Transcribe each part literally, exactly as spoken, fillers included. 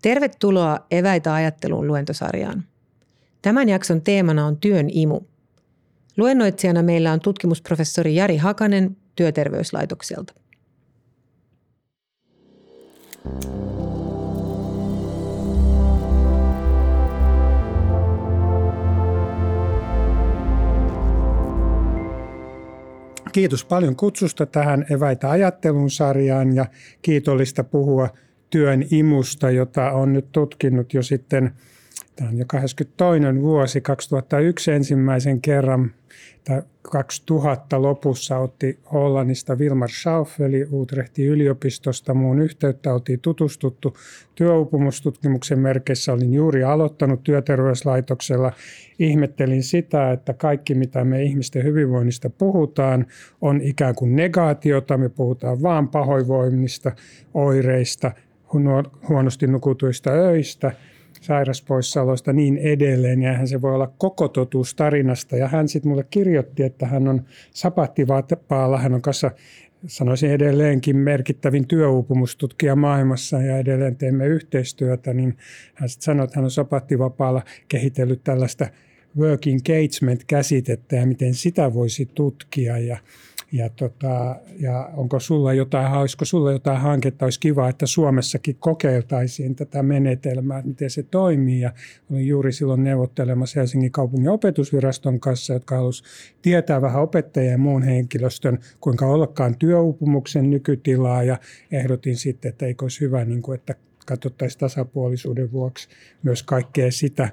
Tervetuloa Eväitä ajatteluun luentosarjaan. Tämän jakson teemana on työn imu. Luennoitsijana meillä on tutkimusprofessori Jari Hakanen Työterveyslaitokselta. Kiitos paljon kutsusta tähän Eväitä ajatteluun sarjaan ja kiitollista puhua työn imusta, jota on nyt tutkinut jo sitten, tämä on jo kahdeskymmenestoinen vuosi, kaksituhattayksi ensimmäisen kerran, tai kaksituhatta lopussa otti Hollannista Wilmar Schaufeli Utrechtin yliopistosta muun yhteyttä, oltiin tutustuttu työuupumustutkimuksen merkeissä, olin juuri aloittanut työterveyslaitoksella, ihmettelin sitä, että kaikki mitä me ihmisten hyvinvoinnista puhutaan on ikään kuin negaatiota, me puhutaan vaan pahoinvoinnista, oireista, huonosti nukutuista öistä, sairaspoissaoloista niin edelleen, ja hän se voi olla koko totuus tarinasta. Ja hän sitten mulle kirjoitti, että hän on sapattivapaalla, hän on kanssa, sanoisin edelleenkin, merkittävin työuupumustutkija maailmassa, ja edelleen teemme yhteistyötä, niin hän sitten sanoi, että hän on sapattivapaalla kehitellyt tällaista work engagement-käsitettä, ja miten sitä voisi tutkia, ja Ja, tota, ja onko sulla jotain, olisiko sulla jotain hanketta, olisi kiva, että Suomessakin kokeiltaisiin tätä menetelmää, että miten se toimii. Ja olin juuri silloin neuvottelemassa Helsingin kaupungin opetusviraston kanssa, jotka halusivat tietää vähän opettajien ja muun henkilöstön, kuinka ollakaan työuupumuksen nykytilaa. Ja ehdotin sitten, että eikö olisi hyvä, niin kuin, että katsottaisiin tasapuolisuuden vuoksi myös kaikkea sitä,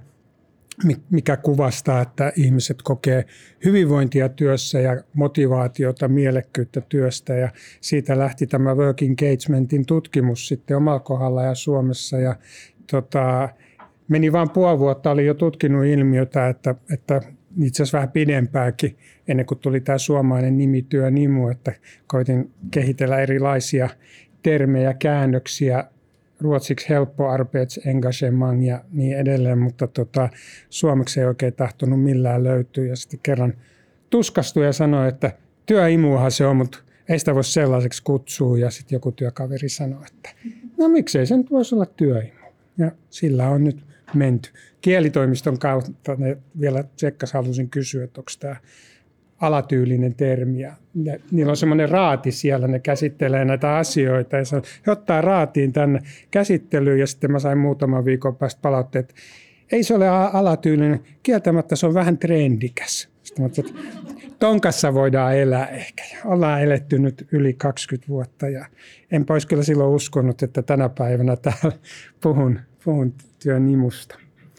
mikä kuvastaa, että ihmiset kokee hyvinvointia työssä ja motivaatiota, mielekkyyttä työstä. Ja siitä lähti tämä work engagementin tutkimus sitten omalla kohdalla ja Suomessa. Ja tota, meni vain puoli vuotta, oli jo tutkinut ilmiötä, että, että itse asiassa vähän pidempääkin ennen kuin tuli tämä suomalainen nimi työn imu, että koitin kehitellä erilaisia termejä, käännöksiä, ruotsiksi helppo arbetsengagemang ja niin edelleen, mutta tota, suomeksi ei oikein tahtonut millään löytyä. Ja sitten kerran tuskastui ja sanoi, että työimuahan se on, mutta ei sitä voi sellaiseksi kutsua. Ja sitten joku työkaveri sanoi, että no miksei se nyt voisi olla työimu. Ja sillä on nyt menty. Kielitoimiston kautta ne vielä tsekkas halusin kysyä, että onko tämä alatyylinen termi. Ja niillä on semmoinen raati siellä, ne käsittelee näitä asioita. Ja he ottaa raatiin tänne käsittelyyn ja sitten mä sain muutaman viikon päästä palautteet, että ei se ole alatyylinen, kieltämättä se on vähän trendikäs. Sitten mä ajattelin, että ton kanssa voidaan elää ehkä. Ollaan eletty nyt yli kaksikymmentä vuotta ja enpä olisi kyllä silloin uskonut, että tänä päivänä täällä puhun, puhun työn imusta.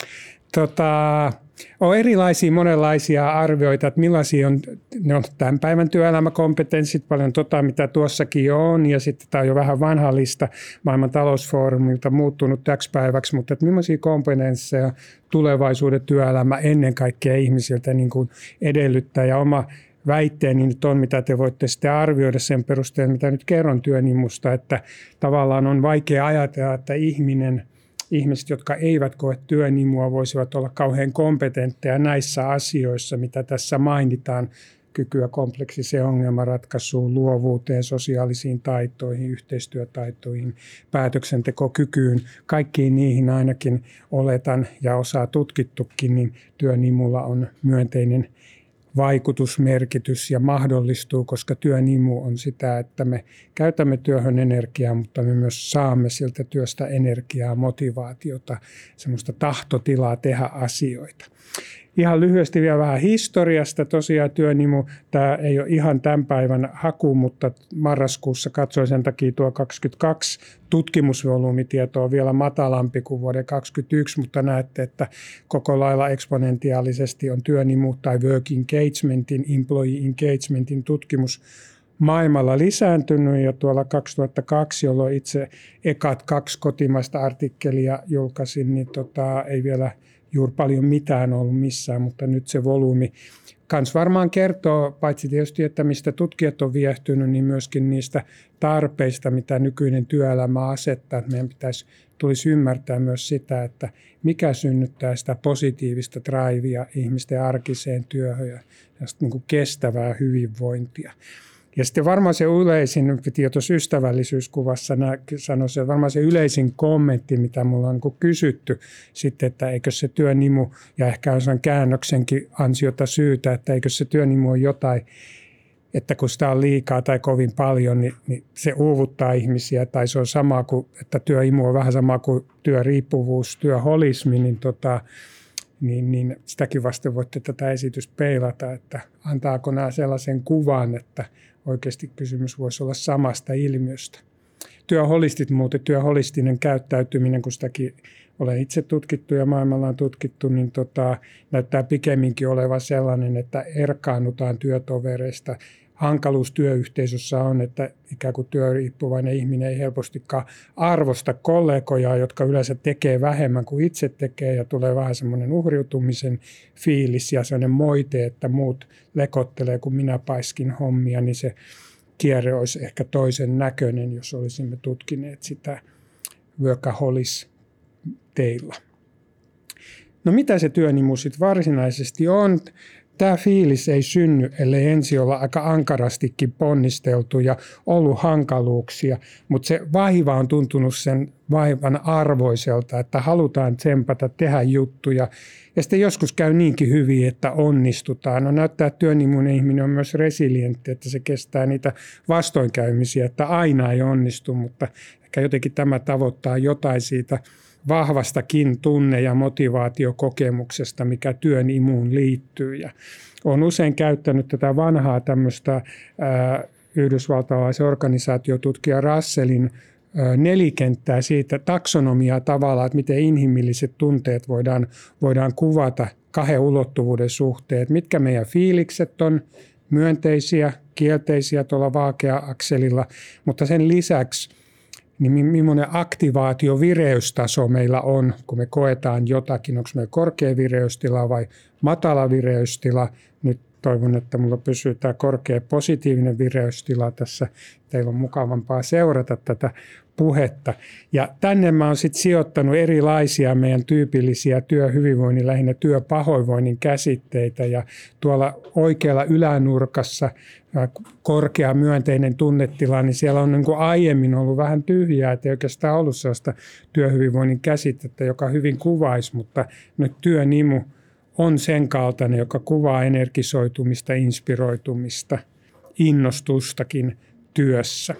Tota, on erilaisia monenlaisia arvioita, että millaisia on, ne on tämän päivän työelämäkompetenssit, paljon tota, mitä tuossakin jo on, ja sitten tämä on jo vähän vanha lista maailman talousfoorumilta muuttunut täksi päiväksi, mutta että millaisia kompetensseja tulevaisuuden työelämä ennen kaikkea ihmisiltä niin kuin edellyttää, ja oma väitteeni nyt on, mitä te voitte sitten arvioida sen perusteella, mitä nyt kerron työn imusta, että tavallaan on vaikea ajatella, että ihminen Ihmiset, jotka eivät koe työn imua, voisivat olla kauhean kompetentteja näissä asioissa, mitä tässä mainitaan, kykyä kompleksiseen ongelmanratkaisuun, luovuuteen, sosiaalisiin taitoihin, yhteistyötaitoihin, päätöksentekokykyyn. Kaikkiin niihin ainakin oletan ja osaa tutkittukin, niin työn imulla on myönteinen vaikutusmerkitys ja mahdollistuu, koska työn imu on sitä, että me käytämme työhön energiaa, mutta me myös saamme siltä työstä energiaa, motivaatiota, semmoista tahtotilaa tehdä asioita. Ihan lyhyesti vielä vähän historiasta. Tosiaan työn imu, tämä ei ole ihan tämän päivän haku, mutta marraskuussa katsoin sen takia tuo kaksikymmentäkaksi tutkimusvolyymitieto on vielä matalampi kuin vuoden kaksikymmentäyksi, mutta näette, että koko lailla eksponentiaalisesti on työn imu tai work engagementin, employee engagementin tutkimus maailmalla lisääntynyt, ja tuolla kaksituhattakaksi, jolloin itse ekat kaksi kotimaista artikkelia julkaisin, niin tota, ei vielä juuri paljon mitään ollut missään, mutta nyt se volyymi kans varmaan kertoo, paitsi tietysti, että mistä tutkijat on viehtynyt, niin myöskin niistä tarpeista, mitä nykyinen työelämä asettaa. Meidän pitäisi, tulisi ymmärtää myös sitä, että mikä synnyttää sitä positiivista drivea ihmisten arkiseen työhön ja niin kuin kestävää hyvinvointia. Ja sitten varmaan se yleisin, piti jo tuossa ystävällisyyskuvassa sanoa, se varmaan se yleisin kommentti, mitä mulla on niin kysytty sitten, että eikö se työnimu, ja ehkä on sen käännöksenkin ansiota syytä, että eikö se työnimu ole jotain, että kun sitä on liikaa tai kovin paljon, niin, niin se uuvuttaa ihmisiä, tai se on sama kuin, että työimu on vähän sama kuin työriippuvuus, työholismi, niin tota, Niin, niin sitäkin vasten voitte tätä esitystä peilata, että antaako nämä sellaisen kuvan, että oikeasti kysymys voisi olla samasta ilmiöstä. Työholistit muuten, työholistinen käyttäytyminen, kun sitäkin olen itse tutkittu ja maailmalla on tutkittu, niin tota, näyttää pikemminkin olevan sellainen, että erkaannutaan työtovereista. Hankaluus työyhteisössä on, että ikään kuin työriippuvainen ihminen ei helpostikaan arvosta kollegoja, jotka yleensä tekee vähemmän kuin itse tekee, ja tulee vähän semmoinen uhriutumisen fiilis ja sellainen moite, että muut lekottelee, kun minä paiskin hommia, niin se kierre olisi ehkä toisen näköinen, jos olisimme tutkineet sitä workaholisteilla. No mitä se työnimu sitten varsinaisesti on? Tämä fiilis ei synny, ellei ensin olla aika ankarastikin ponnisteltu ja ollut hankaluuksia, mutta se vaiva on tuntunut sen vaivan arvoiselta, että halutaan tsempata, tehdä juttuja. Ja sitten joskus käy niinkin hyvin, että onnistutaan. No näyttää, että työnimuinen ihminen on myös resilientti, että se kestää niitä vastoinkäymisiä, että aina ei onnistu, mutta ehkä jotenkin tämä tavoittaa jotain siitä vahvastakin tunne- ja motivaatiokokemuksesta, mikä työn imuun liittyy. Ja olen usein käyttänyt tätä vanhaa tämmöistä ää, yhdysvaltalaisen organisaatiotutkija Russellin ää, nelikenttää siitä taksonomiaa tavallaan, että miten inhimilliset tunteet voidaan, voidaan kuvata kahden ulottuvuuden suhteen. Mitkä meidän fiilikset on, myönteisiä, kielteisiä tuolla vaakea-akselilla, mutta sen lisäksi niin millainen aktivaatio, vireystaso meillä on, kun me koetaan jotakin, onko meillä korkea vireystila vai matala vireystila. Nyt toivon, että mulla pysyy tämä korkea positiivinen vireystila tässä. Teillä on mukavampaa seurata tätä puhetta. Ja tänne mä oon sitten sijoittanut erilaisia meidän tyypillisiä työhyvinvoinnin, lähinnä työpahoinvoinnin käsitteitä. Ja tuolla oikealla ylänurkassa korkea myönteinen tunnetila, niin siellä on niin kuin aiemmin ollut vähän tyhjää, että ei oikeastaan ollut sellaista työhyvinvoinnin käsitettä, joka hyvin kuvaisi, mutta nyt työnimu on sen kaltainen, joka kuvaa energisoitumista, inspiroitumista, innostustakin työssä.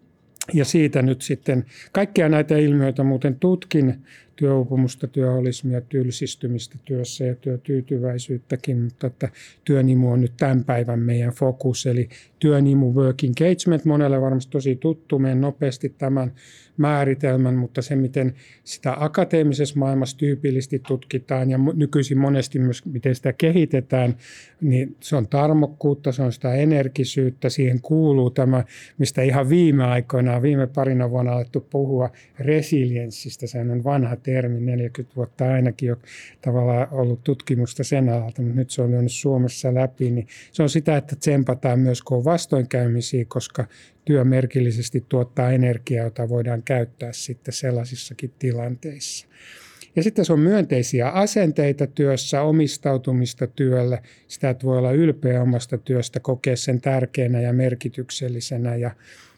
Ja siitä nyt sitten kaikkia näitä ilmiöitä muuten tutkin, työuupumusta, työholismia, tylsistymistä työssä ja työtyytyväisyyttäkin, mutta että työnimu on nyt tämän päivän meidän fokus, eli työnimu work engagement, monelle varmasti tosi tuttu, menen nopeasti tämän määritelmän, mutta se, miten sitä akateemisessa maailmassa tyypillisesti tutkitaan ja nykyisin monesti myös, miten sitä kehitetään, niin se on tarmokkuutta, se on sitä energisyyttä, siihen kuuluu tämä, mistä ihan viime aikoina, viime parina vuonna alettu puhua resilienssistä, se on vanha termi, neljäkymmentä vuotta ainakin jo tavallaan ollut tutkimusta sen alalta, mutta nyt se on lyönyt Suomessa läpi, niin se on sitä, että tsempataan myös kun on vastoinkäymisiä, koska työ merkillisesti tuottaa energiaa, jota voidaan käyttää sitten sellaisissakin tilanteissa. Ja sitten se on myönteisiä asenteita työssä, omistautumista työlle, sitä, että voi olla ylpeä omasta työstä, kokea sen tärkeänä ja merkityksellisenä ja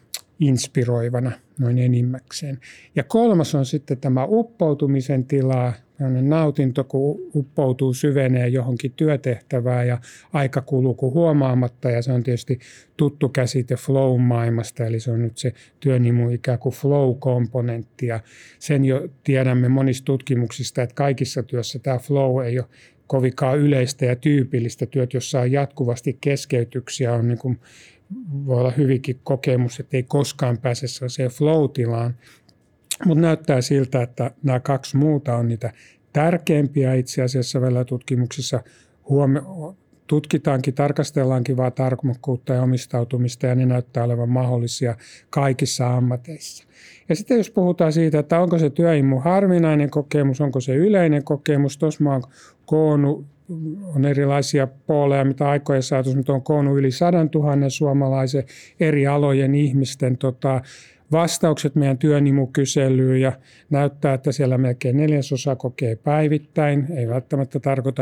inspiroivana noin enimmäkseen. Ja kolmas on sitten tämä uppoutumisen tila, nautinto, kun uppoutuu, syvenee johonkin työtehtävään ja aika kuluu kuin huomaamatta. Ja se on tietysti tuttu käsite flow-maailmasta, eli se on nyt se työnimu ikään kuin flow-komponentti. Ja sen jo tiedämme monista tutkimuksista, että kaikissa työssä tämä flow ei ole kovinkaan yleistä ja tyypillistä. Työt, jossa on jatkuvasti keskeytyksiä, on niin kuin voi olla hyvinkin kokemus, että ei koskaan pääse sellaiseen flow-tilaan. Mutta näyttää siltä, että nämä kaksi muuta on niitä tärkeimpiä itse asiassa välillä tutkimuksissa. Huome- tutkitaankin, tarkastellaankin vaan tarmokkuutta ja omistautumista, ja ne näyttää olevan mahdollisia kaikissa ammateissa. Ja sitten jos puhutaan siitä, että onko se työimu harvinainen kokemus, onko se yleinen kokemus, tuossa mä oon koonnut, on erilaisia pooleja, mitä aikoja saatu, mutta on koonnut yli sadan tuhannen suomalaisen eri alojen ihmisten tota, vastaukset meidän työnimukyselyyn, ja näyttää, että siellä melkein neljäsosa kokee päivittäin. Ei välttämättä tarkoita, että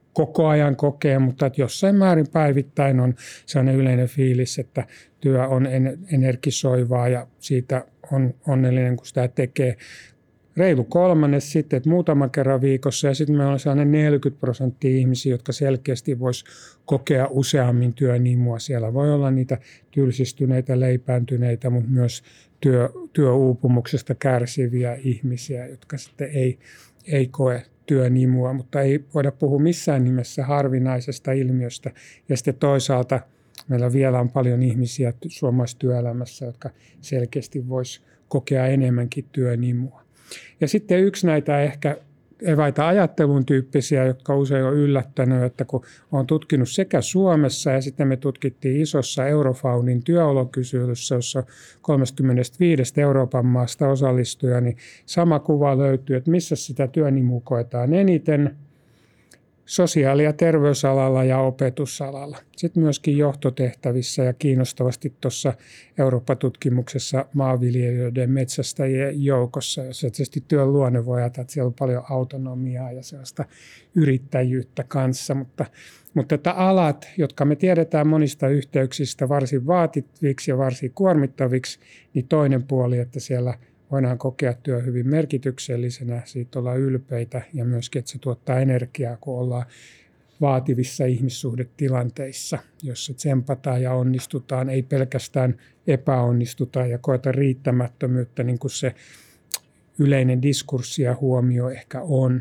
koko ajan kokee, mutta että jossain määrin päivittäin on sellainen yleinen fiilis, että työ on energisoivaa ja siitä on onnellinen, kun sitä tekee. Reilu kolmannes sitten, että muutaman kerran viikossa, ja sitten meillä on sellainen neljäkymmentä prosenttia ihmisiä, jotka selkeästi vois kokea useammin työnimua. Siellä voi olla niitä tylsistyneitä, leipääntyneitä, mutta myös työ, työuupumuksesta kärsiviä ihmisiä, jotka sitten ei, ei koe työnimua, mutta ei voida puhua missään nimessä harvinaisesta ilmiöstä. Ja sitten toisaalta meillä vielä on paljon ihmisiä suomalaisessa työelämässä, jotka selkeästi vois kokea enemmänkin työnimua. Ja sitten yksi näitä ehkä eväitä ajattelun tyyppisiä, jotka usein on yllättänyt, että kun olen tutkinut sekä Suomessa ja sitten me tutkittiin isossa Eurofoundin työolokyselyssä, jossa kolmekymmentäviisi Euroopan maasta osallistujaa, niin sama kuva löytyy, että missä sitä työnimua koetaan eniten. Sosiaali- ja terveysalalla ja opetusalalla. Sitten myöskin johtotehtävissä ja kiinnostavasti tuossa Eurooppa-tutkimuksessa maanviljelijöiden metsästäjien joukossa, jossa tietysti työn luonne voi ajatella, että siellä on paljon autonomiaa ja sellaista yrittäjyyttä kanssa, mutta, mutta että alat, jotka me tiedetään monista yhteyksistä varsin vaativiksi ja varsin kuormittaviksi, niin toinen puoli, että siellä voidaan kokea työ hyvin merkityksellisenä, siitä ollaan ylpeitä ja myöskin, että se tuottaa energiaa, kun ollaan vaativissa ihmissuhdetilanteissa, jossa tsempataan ja onnistutaan, ei pelkästään epäonnistuta ja koeta riittämättömyyttä, niin kuin se yleinen diskurssi ja huomio ehkä on.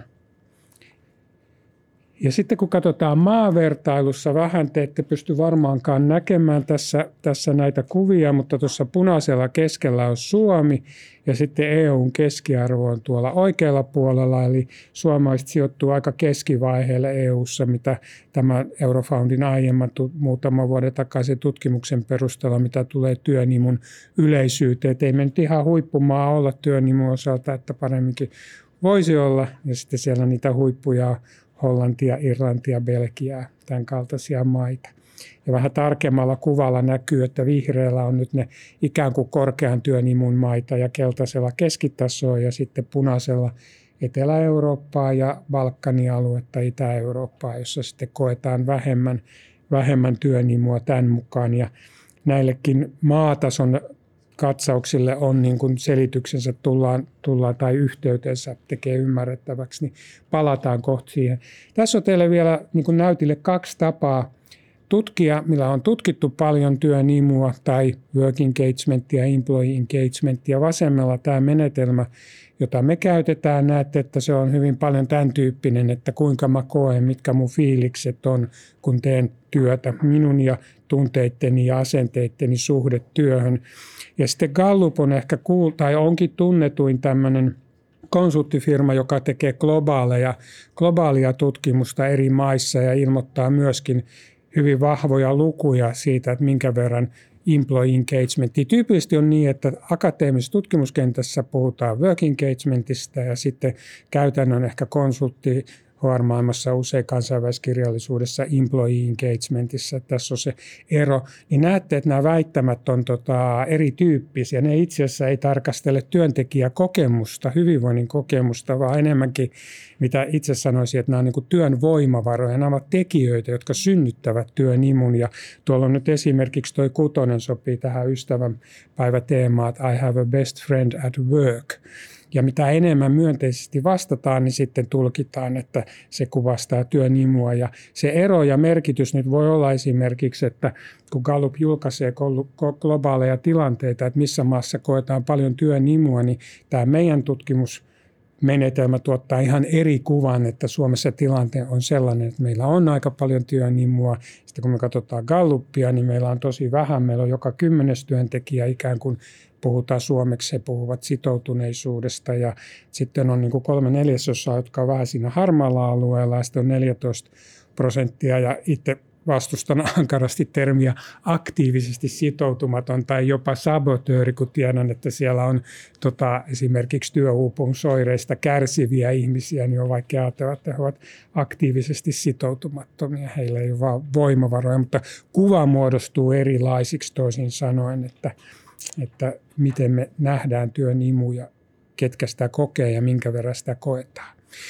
Ja sitten kun katsotaan maavertailussa vähän, te ette pysty varmaankaan näkemään tässä, tässä näitä kuvia, mutta tuossa punaisella keskellä on Suomi ja sitten E U:n keskiarvo on tuolla oikealla puolella, eli suomalaiset sijoittuu aika keskivaiheelle E U:ssa, mitä tämä Eurofoundin aiemman muutaman vuoden takaisin tutkimuksen perusteella, mitä tulee työnimun yleisyyteen. Et ei me nyt ihan huippumaa olla työnimun osalta, että paremminkin voisi olla, ja sitten siellä niitä huippuja Hollantia, Irlantia, Belgiaa, tämän kaltaisia maita. Ja vähän tarkemmalla kuvalla näkyy, että vihreällä on nyt ne ikään kuin korkean työnimun maita ja keltaisella keskitasoa ja sitten punaisella Etelä-Eurooppaa ja Balkanin aluetta, Itä-Eurooppaa, jossa sitten koetaan vähemmän, vähemmän työnimua tämän mukaan. Ja näillekin maatason katsauksille on niin kuin selityksensä tullaan, tullaan tai yhteytensä tekee ymmärrettäväksi, niin palataan kohta siihen. Tässä on teille vielä niin kuin näytille kaksi tapaa tutkia, millä on tutkittu paljon työnimua tai work engagementia ja employee engagementia. Vasemmalla tämä menetelmä, jota me käytetään, näette, että se on hyvin paljon tämän tyyppinen, että kuinka mä koen, mitkä mun fiilikset on, kun teen työtä, minun ja tunteitteni ja asenteitteni suhde työhön. Ja sitten Gallup on ehkä kuul- tai onkin tunnetuin tämmöinen konsulttifirma, joka tekee globaaleja, globaalia tutkimusta eri maissa ja ilmoittaa myöskin hyvin vahvoja lukuja siitä, että minkä verran employee engagementia. Tyypillisesti on niin, että akateemisessa tutkimuskentässä puhutaan work engagementista ja sitten käytännön ehkä konsultti H R-maailmassa usein kansainväliskirjallisuudessa employee engagementissa, tässä on se ero, niin näette, että nämä väittämät on tota erityyppisiä. Ne itse asiassa ei tarkastele työntekijäkokemusta, hyvinvoinnin kokemusta, vaan enemmänkin, mitä itse sanoisin, että nämä on niin kuin työn voimavaroja. Nämä ovat tekijöitä, jotka synnyttävät työnimun. Ja tuolla on nyt esimerkiksi toi kutonen sopii tähän ystävänpäiväteemaan, että I have a best friend at work. Ja mitä enemmän myönteisesti vastataan, niin sitten tulkitaan, että se kuvastaa työnimua. Ja se ero ja merkitys nyt voi olla esimerkiksi, että kun Gallup julkaisee globaaleja tilanteita, että missä maassa koetaan paljon työnimua, niin tämä meidän tutkimusmenetelmä tuottaa ihan eri kuvan, että Suomessa tilanne on sellainen, että meillä on aika paljon työnimua. Sitten kun me katsotaan Gallupia, niin meillä on tosi vähän. Meillä on joka kymmenes työntekijä ikään kuin puhutaan suomeksi, he puhuvat sitoutuneisuudesta ja sitten on niin kuin kolme neljäsosaa, jotka on vähän siinä harmaalla alueella ja sitten on neljätoista prosenttia ja itse vastustan ankarasti termiä aktiivisesti sitoutumaton tai jopa sabotööri, kun tiedän, että siellä on tota, esimerkiksi työuupumusoireista kärsiviä ihmisiä, niin on vaikea ajatella, että he ovat aktiivisesti sitoutumattomia. Heillä ei ole vaan voimavaroja, mutta kuva muodostuu erilaisiksi toisin sanoen, että että miten me nähdään työn imu ja ketkä sitä kokee ja minkä verran sitä koetaan.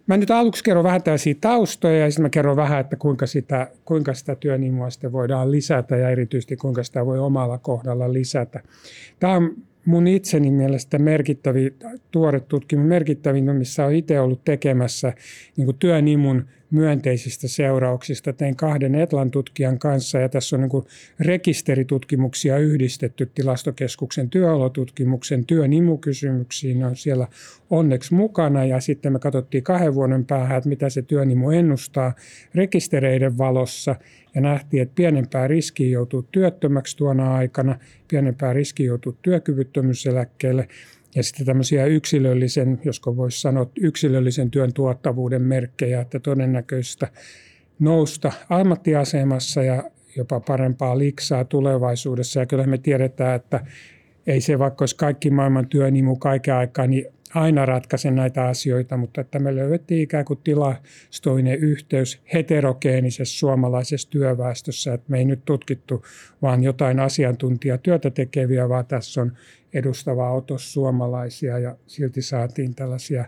Mä nyt aluksi kerron vähän tällaisia taustoja ja sitten mä kerron vähän, että kuinka sitä, kuinka sitä työnimua sitten voidaan lisätä ja erityisesti kuinka sitä voi omalla kohdalla lisätä. Tämä on mun itseni mielestä merkittävin, tuore tutkimus, merkittävin, missä olen itse ollut tekemässä niin kuin työnimun myönteisistä seurauksista. Tein kahden Etlan tutkijan kanssa ja tässä on niin kuin rekisteritutkimuksia yhdistetty Tilastokeskuksen työolotutkimuksen työnimukysymyksiin. Ne on siellä onneksi mukana ja sitten me katsottiin kahden vuoden päähän, että mitä se työnimu ennustaa rekistereiden valossa. Ja nähtiin, että pienempää riskiä joutuu työttömäksi tuona aikana, pienempää riskiä joutuu työkyvyttömyyseläkkeelle ja sitten tämmöisiä yksilöllisen, josko voisi sanoa yksilöllisen työn tuottavuuden merkkejä, että todennäköistä nousta ammattiasemassa ja jopa parempaa liksaa tulevaisuudessa. Ja kyllä me tiedetään, että ei se vaikka olisi kaikki maailman työnimu kaiken aikaa, niin aina ratkaise näitä asioita, mutta että me löydettiin ikään kuin tilastoinen yhteys heterogeenisessa suomalaisessa työväestössä, että me ei nyt tutkittu vaan jotain asiantuntijatyötä tekeviä, vaan tässä on edustava otos suomalaisia ja silti saatiin tällaisia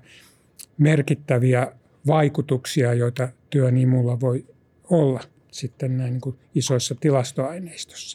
merkittäviä vaikutuksia, joita työnimulla voi olla sitten näin niin kuin isoissa tilastoaineistossa.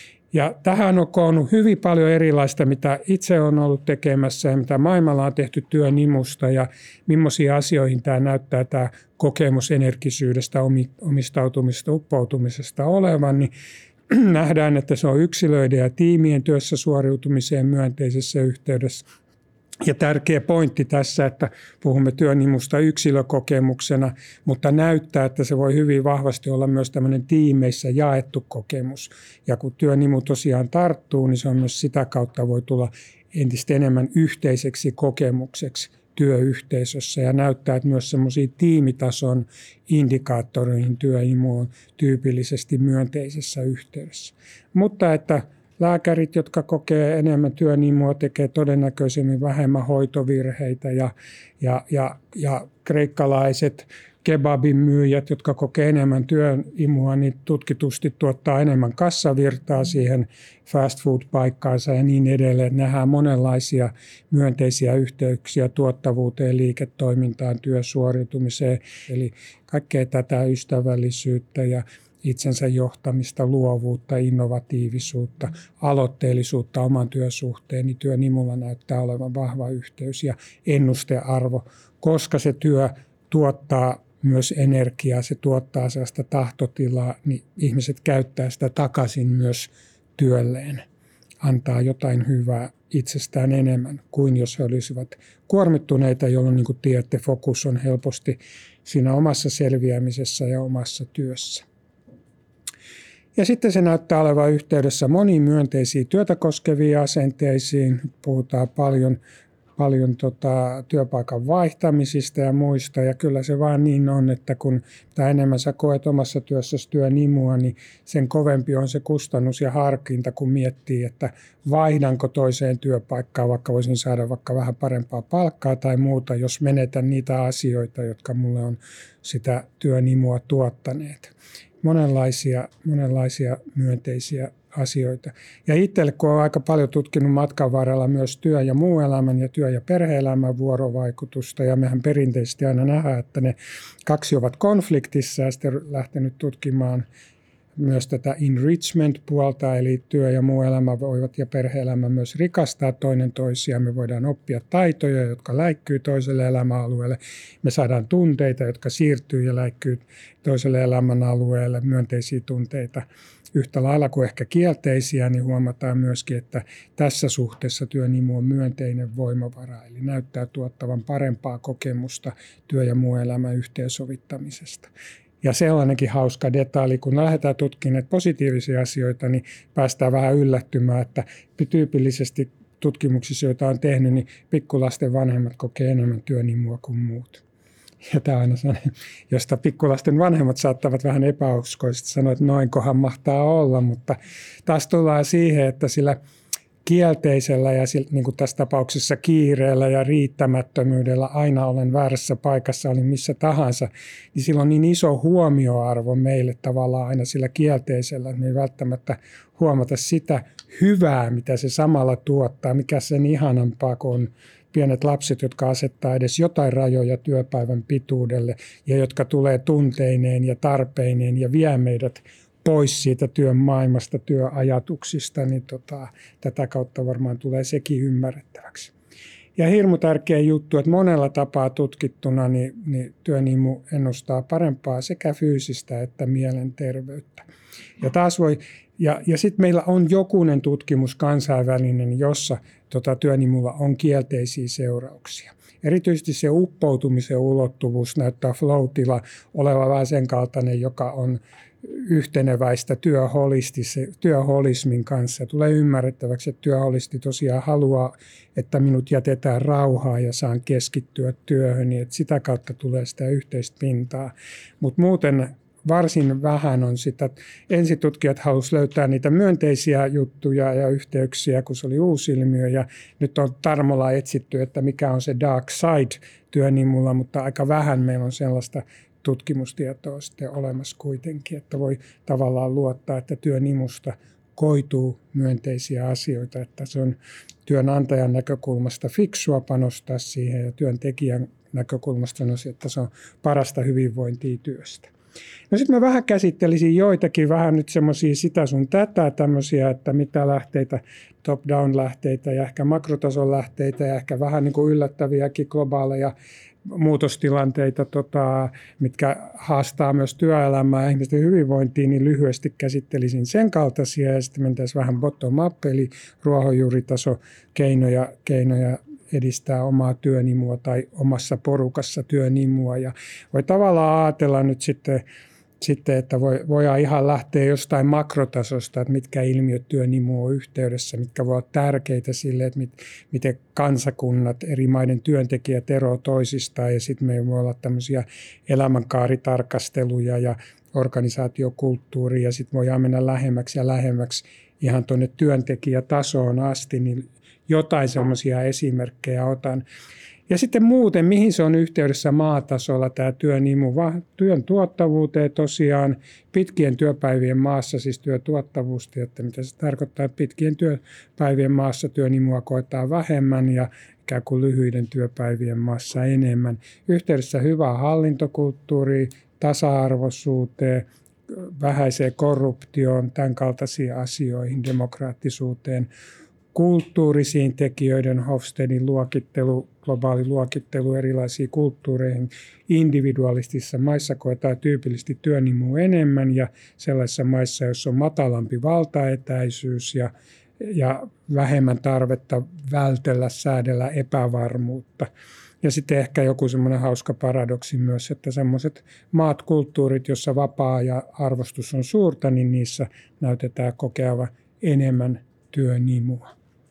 Ja tähän on koonnut hyvin paljon erilaista, mitä itse olen ollut tekemässä ja mitä maailmalla on tehty työnimusta ja millaisiin asioihin tämä näyttää tämä kokemus energisyydestä, omistautumisesta, uppoutumisesta olevan, niin nähdään, että se on yksilöiden ja tiimien työssä suoriutumiseen myönteisessä yhteydessä. Ja tärkeä pointti tässä, että puhumme työnimusta yksilökokemuksena, mutta näyttää, että se voi hyvin vahvasti olla myös tämmöinen tiimeissä jaettu kokemus. Ja kun työnimu tosiaan tarttuu, niin se on myös sitä kautta voi tulla entistä enemmän yhteiseksi kokemukseksi työyhteisössä. Ja näyttää, että myös semmoisia tiimitason indikaattoreihin työnimu on tyypillisesti myönteisessä yhteydessä. Mutta että lääkärit, jotka kokee enemmän työnimua, tekee todennäköisemmin vähemmän hoitovirheitä ja, ja, ja, ja kreikkalaiset kebabin myyjät, jotka kokee enemmän työnimua, niin tutkitusti tuottaa enemmän kassavirtaa siihen fast food-paikkaansa ja niin edelleen. Nähdään monenlaisia myönteisiä yhteyksiä tuottavuuteen, liiketoimintaan, työsuoritumiseen, eli kaikkea tätä ystävällisyyttä ja itsensä johtamista, luovuutta, innovatiivisuutta, aloitteellisuutta oman työsuhteen, niin työnimulla näyttää olevan vahva yhteys ja ennustearvo, koska se työ tuottaa myös energiaa, se tuottaa sellaista tahtotilaa, niin ihmiset käyttää sitä takaisin myös työlleen, antaa jotain hyvää itsestään enemmän kuin jos he olisivat kuormittuneita, jolloin niin kuin tiedätte, fokus on helposti siinä omassa selviämisessä ja omassa työssä. Ja sitten se näyttää olevan yhteydessä moniin myönteisiin työtä koskeviin asenteisiin. Puhutaan paljon, paljon tota, työpaikan vaihtamisista ja muista. Ja kyllä se vaan niin on, että kun mitä enemmän sä koet omassa työssäsi työnimua, niin sen kovempi on se kustannus ja harkinta, kun miettii, että vaihdanko toiseen työpaikkaan, vaikka voisin saada vaikka vähän parempaa palkkaa tai muuta, jos menetän niitä asioita, jotka mulle on sitä työnimua tuottaneet. Monenlaisia, monenlaisia myönteisiä asioita. Ja itselle, kun olen aika paljon tutkinut matkan varrella myös työ- ja muu elämän ja työ- ja perhe-elämän vuorovaikutusta, ja mehän perinteisesti aina nähdään, että ne kaksi ovat konfliktissa, ja sitten lähtenyt tutkimaan myös tätä enrichment-puolta, eli työ ja muu elämä voivat ja perhe-elämä myös rikastaa toinen toisiaan. Me voidaan oppia taitoja, jotka läikkyy toiselle elämäalueelle. Me saadaan tunteita, jotka siirtyy ja läikkyy toiselle elämänalueelle, myönteisiä tunteita. Yhtä lailla kuin ehkä kielteisiä, niin huomataan myöskin, että tässä suhteessa työnimu on myönteinen voimavara, eli näyttää tuottavan parempaa kokemusta työ- ja muu elämän yhteensovittamisesta. Ja sellainenkin hauska detaili, kun lähdetään tutkimaan positiivisia asioita, niin päästään vähän yllättymään, että tyypillisesti tutkimuksissa, joita on tehnyt, niin pikkulasten vanhemmat kokee enemmän työnimua kuin muut. Ja tämä on aina sellainen, josta pikkulasten vanhemmat saattavat vähän epäuskoisesti sanoa, että noinkohan mahtaa olla, mutta taas tullaan siihen, että sillä kielteisellä ja niin kuin tässä tapauksessa kiireellä ja riittämättömyydellä aina olen väärässä paikassa, olin missä tahansa, niin sillä on niin iso huomioarvo meille tavallaan aina sillä kielteisellä, että me ei välttämättä huomata sitä hyvää, mitä se samalla tuottaa, mikä sen ihanampaa kuin on pienet lapset, jotka asettaa edes jotain rajoja työpäivän pituudelle ja jotka tulee tunteineen ja tarpeineen ja vie meidät pois siitä työn maailmasta, työajatuksista, niin tota, tätä kautta varmaan tulee sekin ymmärrettäväksi. Ja hirmu tärkeä juttu, että monella tapaa tutkittuna niin, niin työn imu ennustaa parempaa sekä fyysistä että mielenterveyttä. Ja taas voi, ja, ja sitten meillä on jokunen tutkimus kansainvälinen, jossa tota, työn imulla on kielteisiä seurauksia. Erityisesti se uppoutumisen ulottuvuus näyttää flow-tila olevan vähän sen kaltainen, joka on yhteneväistä työholismin kanssa. Tulee ymmärrettäväksi, että työholisti tosiaan haluaa, että minut jätetään rauhaan ja saan keskittyä työhön, niin että sitä kautta tulee sitä yhteistä pintaa. Mutta muuten varsin vähän on sitä. Ensitutkijat halusivat löytää niitä myönteisiä juttuja ja yhteyksiä, kun se oli uusi ilmiö, ja nyt on tarmolla etsitty, että mikä on se dark side työn imulla, mutta aika vähän meillä on sellaista tutkimustietoa sitten olemassa kuitenkin, että voi tavallaan luottaa, että työn imusta koituu myönteisiä asioita, että se on työnantajan näkökulmasta fiksua panostaa siihen ja työntekijän näkökulmasta sanoisin, että se on parasta hyvinvointia työstä. No sitten mä vähän käsittelisin joitakin vähän nyt semmoisia sitä sun tätä tämmöisiä, että mitä lähteitä, top-down lähteitä ja ehkä makrotason lähteitä ja ehkä vähän niin kuin yllättäviäkin globaaleja muutostilanteita, tota, mitkä haastaa myös työelämää ja ihmisten hyvinvointiin, niin lyhyesti käsittelisin sen kaltaisia ja sitten mentäisiin vähän bottom-up, eli ruohonjuuritaso keinoja, keinoja edistää omaa työnimua tai omassa porukassa työnimua. Ja voi tavallaan ajatella nyt sitten, sitten että voi, voidaan ihan lähteä jostain makrotasosta, että mitkä ilmiöt työnimu on yhteydessä, mitkä voi olla tärkeitä sille, että mit, miten kansakunnat, eri maiden työntekijät eroavat toisistaan. Ja sitten meillä voi olla tämmöisiä elämänkaaritarkasteluja ja organisaatiokulttuuria, ja sitten voidaan mennä lähemmäksi ja lähemmäksi ihan tuonne työntekijätasoon asti, niin jotain semmoisia esimerkkejä otan. Ja sitten muuten, mihin se on yhteydessä maatasolla tämä työnimu, työn tuottavuuteen tosiaan, pitkien työpäivien maassa, siis työtuottavuus, että mitä se tarkoittaa, että pitkien työpäivien maassa työnimua koetaan vähemmän ja ikään kuin lyhyiden työpäivien maassa enemmän. Yhteydessä hyvää hallintokulttuuriin, tasa-arvoisuuteen, vähäiseen korruptioon, tämän kaltaisiin asioihin, demokraattisuuteen, kulttuurisiin tekijöiden, Hofstedin luokittelu, globaali luokittelu erilaisiin kulttuureihin. Individualistisissa maissa koetaan tyypillisesti työnimua enemmän ja sellaisissa maissa, joissa on matalampi valtaetäisyys ja, ja vähemmän tarvetta vältellä, säädellä epävarmuutta. Ja sitten ehkä joku semmoinen hauska paradoksi myös, että semmoiset maat, kulttuurit, joissa vapaa ja arvostus on suurta, niin niissä näytetään kokeava enemmän työnimua.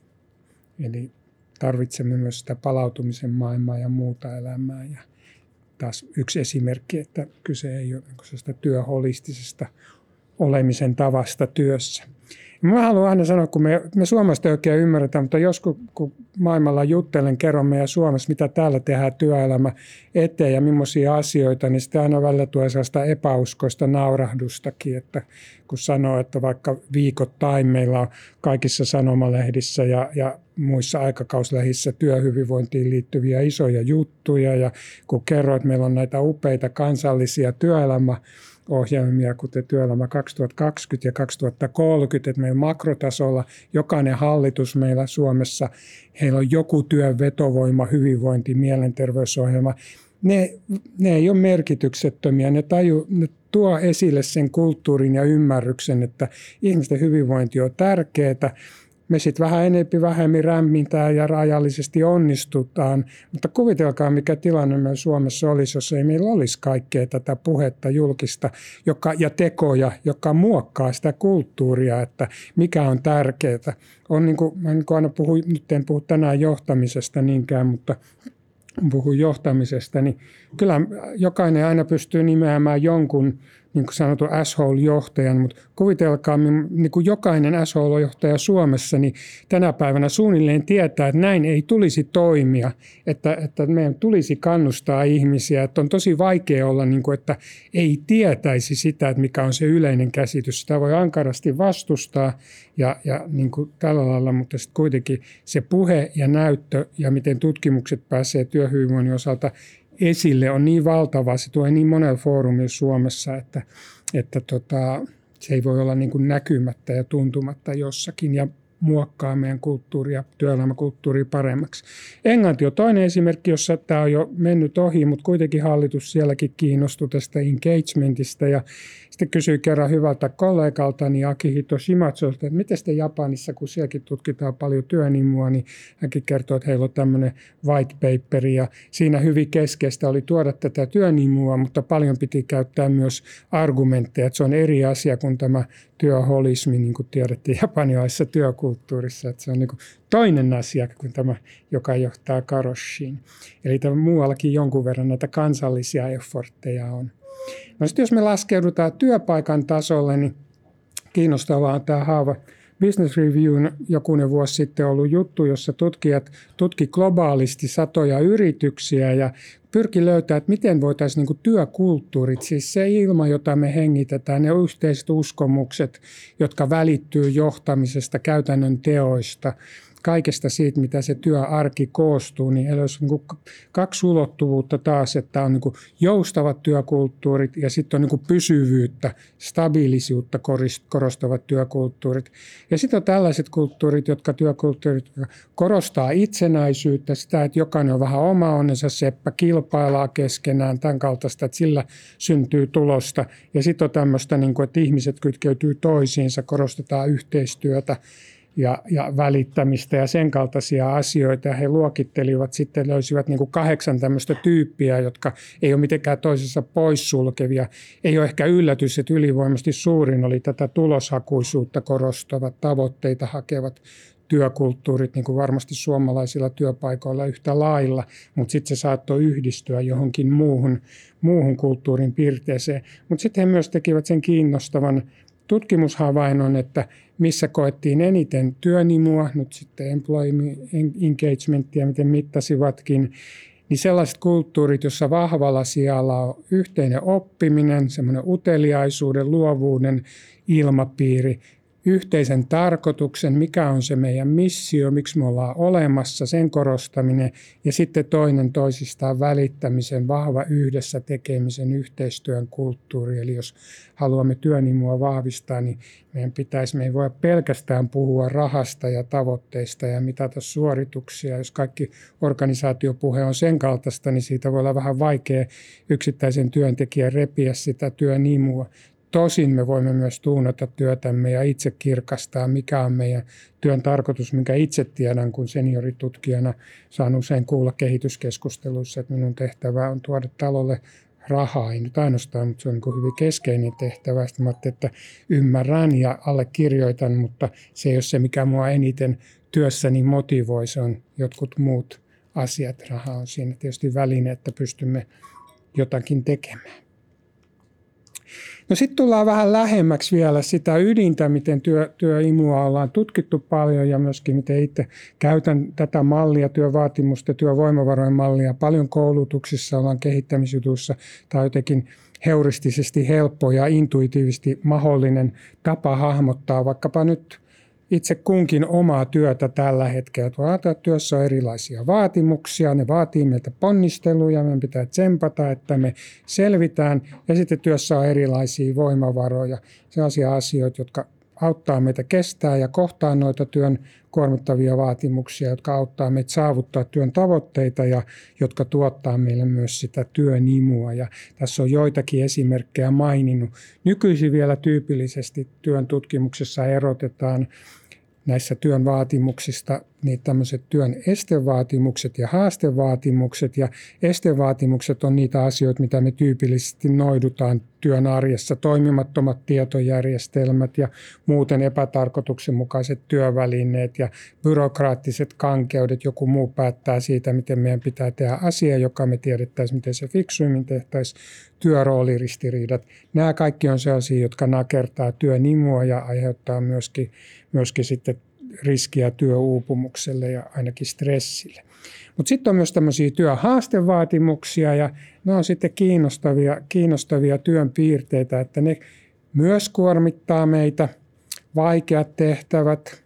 Eli tarvitsemme myös sitä palautumisen maailmaa ja muuta elämää. Ja taas yksi esimerkki, että kyse ei ole sellaista työholistisesta olemisen tavasta työssä. Mä haluan aina sanoa, kun me, me Suomesta ei oikein ymmärretä, mutta joskus kun maailmalla juttelen, kerron meidän Suomessa, mitä täällä tehdään työelämä eteen ja millaisia asioita, niin sitä aina välillä tulee sellaista epäuskoista naurahdustakin, että kun sanoo, että vaikka viikoittain meillä on kaikissa sanomalehdissä ja, ja muissa aikakauslehdissä työhyvinvointiin liittyviä isoja juttuja ja kun kerroit, että meillä on näitä upeita kansallisia työelämä ohjelmia, kuten Työelämä kaksituhattakaksikymmentä ja kaksituhattakolmekymmentä, että meillä makrotasolla jokainen hallitus meillä Suomessa, heillä on joku työn vetovoima, hyvinvointi, mielenterveysohjelma. Ne, ne ei ole merkityksettömiä, ne, taju, ne tuo esille sen kulttuurin ja ymmärryksen, että ihmisten hyvinvointi on tärkeää. Me sitten vähän enemmän vähemmän rämmintään ja rajallisesti onnistutaan, mutta kuvitelkaa mikä tilanne meillä Suomessa olisi, jos ei meillä olisi kaikkea tätä puhetta julkista joka, ja tekoja, joka muokkaa sitä kulttuuria, että mikä on tärkeää. On niin kuin, mä niin kuin aina puhun, nyt en puhu tänään johtamisesta niinkään, mutta puhun johtamisesta, niin kyllä jokainen aina pystyy nimeämään jonkun niin kuin sanotun asshole-johtajan, mutta kuvitelkaa, niin kuin jokainen asshole-johtaja Suomessa, niin tänä päivänä suunnilleen tietää, että näin ei tulisi toimia, että, että meidän tulisi kannustaa ihmisiä, että on tosi vaikea olla, niin kuin, että ei tietäisi sitä, että mikä on se yleinen käsitys. Sitä voi ankarasti vastustaa ja, ja niin kuin tällä lailla, mutta sitten kuitenkin se puhe ja näyttö ja miten tutkimukset pääsee työhyvinvoinnin osalta esille on niin valtava, se tulee niin monella foorumilla Suomessa, että, että tota, se ei voi olla niin kuin näkymättä ja tuntumatta jossakin ja muokkaa meidän kulttuuria, työelämäkulttuuria paremmaksi. Englanti on toinen esimerkki, jossa tämä on jo mennyt ohi, mutta kuitenkin hallitus sielläkin kiinnostui tästä engagementista ja sitten kysyi kerran hyvältä kollegaltani Akihito Shimatsulta, että miten sitten Japanissa, kun sielläkin tutkitaan paljon työnimua, niin hänkin kertoi, että heillä on tämmöinen white paper ja siinä hyvin keskeistä oli tuoda tätä työnimua, mutta paljon piti käyttää myös argumentteja, että se on eri asia kuin tämä työholismi, niin kuin tiedettiin japanilaisessa työkulttuurissa, että se on niin kuin toinen asia kuin tämä, joka johtaa karoshiin. Eli tämä muuallakin jonkun verran näitä kansallisia effortteja on. No sitten jos me laskeudutaan työpaikan tasolle, niin kiinnostavaa on tämä Harvard Business Review'n jokunen vuosi sitten ollut juttu, jossa tutkijat tutki globaalisti satoja yrityksiä ja pyrki löytämään, että miten voitaisiin niin kuin työkulttuurit, siis se ilma, jota me hengitetään, ne yhteiset uskomukset, jotka välittyy johtamisesta, käytännön teoista, kaikesta siitä, mitä se työarki koostuu, niin heillä olisi niin kuin kaksi ulottuvuutta taas, että on niin kuin joustavat työkulttuurit ja sitten on niin kuin pysyvyyttä, stabiilisuutta korostavat työkulttuurit. Ja sitten on tällaiset kulttuurit, jotka työkulttuurit korostaa itsenäisyyttä, sitä, että jokainen on vähän oma onnensa seppä, kilpaillaan keskenään, tämän kaltaista, että sillä syntyy tulosta. Ja sitten on tämmöistä, niin kuin, että ihmiset kytkeytyy toisiinsa, korostetaan yhteistyötä. Ja, ja välittämistä ja sen kaltaisia asioita. Ja he luokittelivat sitten, löysivät niin kuin kahdeksan tämmöistä tyyppiä, jotka ei ole mitenkään toisessa poissulkevia. Ei ole ehkä yllätys, että ylivoimaisesti suurin oli tätä tuloshakuisuutta korostavat, tavoitteita hakevat työkulttuurit, niin kuin varmasti suomalaisilla työpaikoilla yhtä lailla, mutta sitten se saattoi yhdistyä johonkin muuhun, muuhun kulttuurin piirteeseen. Mutta sitten he myös tekivät sen kiinnostavan tutkimushavainnon, että missä koettiin eniten työnimua, nyt sitten employee engagementia, miten mittasivatkin, niin sellaiset kulttuurit, jossa vahvalla sijalla on yhteinen oppiminen, semmoinen uteliaisuuden, luovuuden ilmapiiri, yhteisen tarkoituksen, mikä on se meidän missio, miksi me ollaan olemassa, sen korostaminen ja sitten toinen toisistaan välittämisen, vahva yhdessä tekemisen, yhteistyön kulttuuri. Eli jos haluamme työnimua vahvistaa, niin meidän pitäisi, me ei voi pelkästään puhua rahasta ja tavoitteista ja mitata suorituksia. Jos kaikki organisaatiopuhe on sen kaltaista, niin siitä voi olla vähän vaikea yksittäisen työntekijän repiä sitä työnimua. Tosin me voimme myös tuunata työtämme ja itse kirkastaa, mikä on meidän työn tarkoitus, minkä itse tiedän, kun senioritutkijana saan usein kuulla kehityskeskusteluissa, että minun tehtävä on tuoda talolle rahaa, ei nyt ainoastaan, mutta se on niin hyvin keskeinen tehtävä. Sitten mä ajattelin, että ymmärrän ja allekirjoitan, mutta se ei ole se, mikä mua eniten työssäni motivoi, se on jotkut muut asiat. Raha on siinä tietysti väline, että pystymme jotakin tekemään. No sitten tullaan vähän lähemmäksi vielä sitä ydintä, miten työ, työimua ollaan tutkittu paljon ja myöskin miten itse käytän tätä mallia, työvaatimusta, työvoimavarojen mallia. Paljon koulutuksissa ollaan kehittämisjutuissa. Tämä on jotenkin heuristisesti helppo ja intuitiivisesti mahdollinen tapa hahmottaa vaikkapa nyt itse kunkin omaa työtä tällä hetkellä. Tuolla työssä on erilaisia vaatimuksia, ne vaatii meiltä ponnisteluja, meidän pitää tsempata, että me selvitään. Ja sitten työssä on erilaisia voimavaroja, sellaisia asioita, jotka auttaa meitä kestää ja kohtaa noita työn kuormittavia vaatimuksia, jotka auttaa meitä saavuttaa työn tavoitteita ja jotka tuottaa meille myös sitä työnimua. Ja tässä on joitakin esimerkkejä maininnut. Nykyisin vielä tyypillisesti työn tutkimuksessa erotetaan näissä työn vaatimuksista niitä tämmöiset työn estevaatimukset ja haastevaatimukset. Ja estevaatimukset on niitä asioita, mitä me tyypillisesti noidutaan työn arjessa. Toimimattomat tietojärjestelmät ja muuten epätarkoituksenmukaiset työvälineet ja byrokraattiset kankeudet. Joku muu päättää siitä, miten meidän pitää tehdä asia, joka me tiedettäisiin, miten se fiksuimmin tehtäisiin. Työrooliristiriidat. Nämä kaikki on sellaisia, jotka nakertaa työn imua ja aiheuttaa myöskin, myöskin sitten riskiä työuupumukselle ja ainakin stressille. Mutta sitten on myös tämmöisiä työhaastevaatimuksia ja ne on sitten kiinnostavia, kiinnostavia työn piirteitä, että ne myös kuormittaa meitä. Vaikeat tehtävät,